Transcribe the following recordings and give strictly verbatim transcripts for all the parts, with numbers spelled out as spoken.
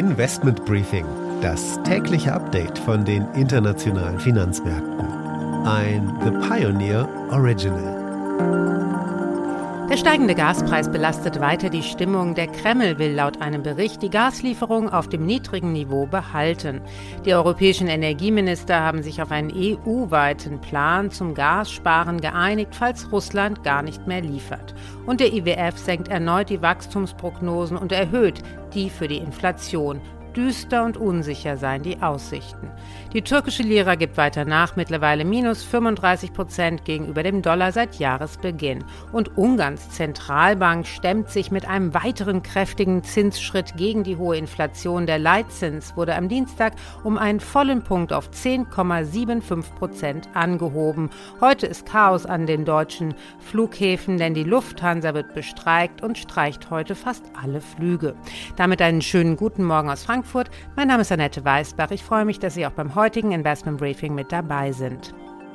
Investment Briefing, das tägliche Update von den internationalen Finanzmärkten. Ein The Pioneer Original. Der steigende Gaspreis belastet weiter die Stimmung. Der Kreml will laut einem Bericht die Gaslieferung auf dem niedrigen Niveau behalten. Die europäischen Energieminister haben sich auf einen E U-weiten Plan zum Gassparen geeinigt, falls Russland gar nicht mehr liefert. Und der I W F senkt erneut die Wachstumsprognosen und erhöht die für die Inflation. Düster und unsicher seien die Aussichten. Die türkische Lira gibt weiter nach, mittlerweile minus fünfunddreißig Prozent gegenüber dem Dollar seit Jahresbeginn. Und Ungarns Zentralbank stemmt sich mit einem weiteren kräftigen Zinsschritt gegen die hohe Inflation. Der Leitzins wurde am Dienstag um einen vollen Punkt auf zehn Komma fünfundsiebzig Prozent angehoben. Heute ist Chaos an den deutschen Flughäfen, denn die Lufthansa wird bestreikt und streicht heute fast alle Flüge. Damit einen schönen guten Morgen aus Frankfurt. Mein Name ist Annette Weißbach. Ich freue mich, dass Sie auch beim heutigen Investment Briefing mit dabei sind.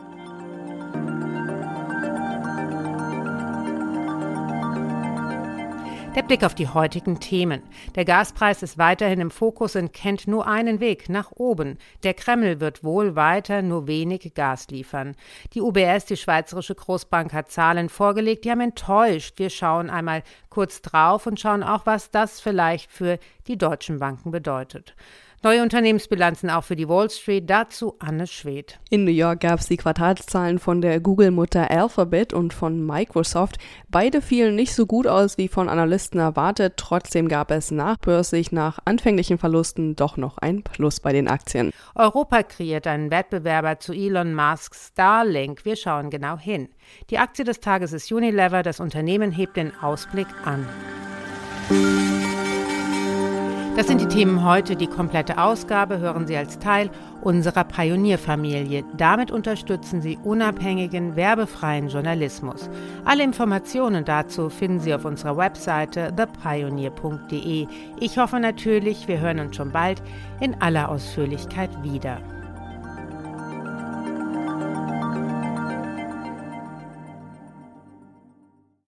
Der Blick auf die heutigen Themen. Der Gaspreis ist weiterhin im Fokus und kennt nur einen Weg, nach oben. Der Kreml wird wohl weiter nur wenig Gas liefern. Die U B S, die Schweizerische Großbank, hat Zahlen vorgelegt, die haben enttäuscht. Wir schauen einmal kurz drauf und schauen auch, was das vielleicht für die deutschen Banken bedeutet. Neue Unternehmensbilanzen auch für die Wall Street, dazu Anne Schwedt. In New York gab es die Quartalszahlen von der Google-Mutter Alphabet und von Microsoft. Beide fielen nicht so gut aus wie von Analysten erwartet, trotzdem gab es nachbörslich nach anfänglichen Verlusten doch noch ein Plus bei den Aktien. Europa kreiert einen Wettbewerber zu Elon Musks Starlink. Wir schauen genau hin. Die Aktie des Tages ist Unilever, das Unternehmen hebt den Ausblick an. Das sind die Themen heute. Die komplette Ausgabe hören Sie als Teil unserer Pionierfamilie. Damit unterstützen Sie unabhängigen, werbefreien Journalismus. Alle Informationen dazu finden Sie auf unserer Webseite the pioneer punkt de. Ich hoffe natürlich, wir hören uns schon bald in aller Ausführlichkeit wieder.